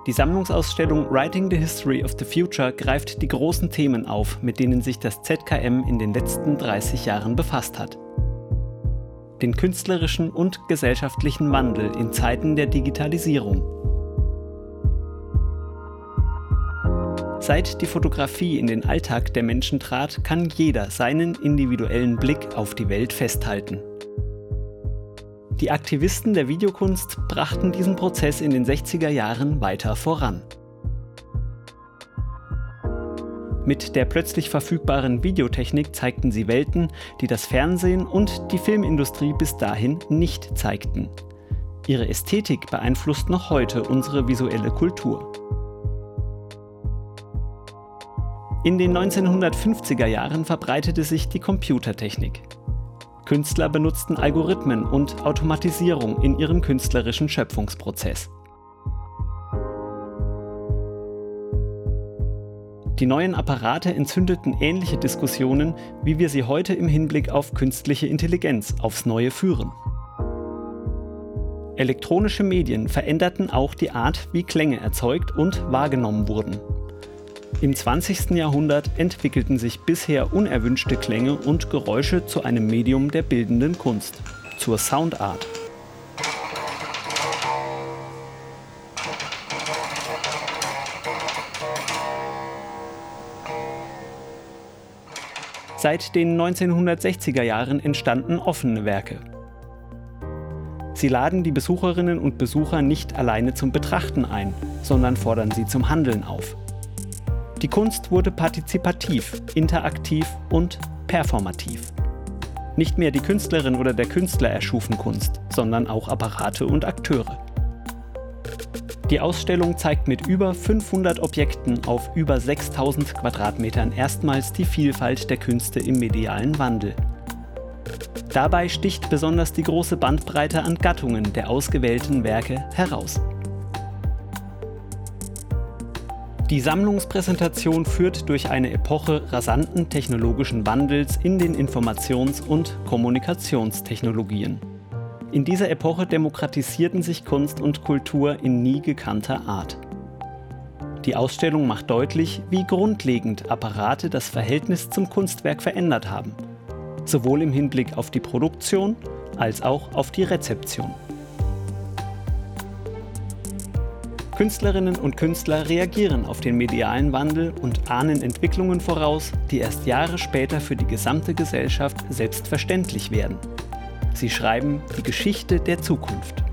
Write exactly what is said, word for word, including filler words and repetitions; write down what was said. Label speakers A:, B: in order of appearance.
A: Die Sammlungsausstellung Writing the History of the Future greift die großen Themen auf, mit denen sich das Z K M in den letzten dreißig Jahren befasst hat. Den künstlerischen und gesellschaftlichen Wandel in Zeiten der Digitalisierung. Seit die Fotografie in den Alltag der Menschen trat, kann jeder seinen individuellen Blick auf die Welt festhalten. Die Aktivisten der Videokunst brachten diesen Prozess in den sechziger Jahren weiter voran. Mit der plötzlich verfügbaren Videotechnik zeigten sie Welten, die das Fernsehen und die Filmindustrie bis dahin nicht zeigten. Ihre Ästhetik beeinflusst noch heute unsere visuelle Kultur. In den neunzehnhundertfünfziger Jahren verbreitete sich die Computertechnik. Künstler benutzten Algorithmen und Automatisierung in ihrem künstlerischen Schöpfungsprozess. Die neuen Apparate entzündeten ähnliche Diskussionen, wie wir sie heute im Hinblick auf künstliche Intelligenz aufs Neue führen. Elektronische Medien veränderten auch die Art, wie Klänge erzeugt und wahrgenommen wurden. Im zwanzigsten Jahrhundert entwickelten sich bisher unerwünschte Klänge und Geräusche zu einem Medium der bildenden Kunst, zur Soundart. Seit den neunzehnhundertsechziger Jahren entstanden offene Werke. Sie laden die Besucherinnen und Besucher nicht alleine zum Betrachten ein, sondern fordern sie zum Handeln auf. Die Kunst wurde partizipativ, interaktiv und performativ. Nicht mehr die Künstlerin oder der Künstler erschufen Kunst, sondern auch Apparate und Akteure. Die Ausstellung zeigt mit über fünfhundert Objekten auf über sechstausend Quadratmetern erstmals die Vielfalt der Künste im medialen Wandel. Dabei sticht besonders die große Bandbreite an Gattungen der ausgewählten Werke heraus. Die Sammlungspräsentation führt durch eine Epoche rasanten technologischen Wandels in den Informations- und Kommunikationstechnologien. In dieser Epoche demokratisierten sich Kunst und Kultur in nie gekannter Art. Die Ausstellung macht deutlich, wie grundlegend Apparate das Verhältnis zum Kunstwerk verändert haben, sowohl im Hinblick auf die Produktion als auch auf die Rezeption. Künstlerinnen und Künstler reagieren auf den medialen Wandel und ahnen Entwicklungen voraus, die erst Jahre später für die gesamte Gesellschaft selbstverständlich werden. Sie schreiben die Geschichte der Zukunft.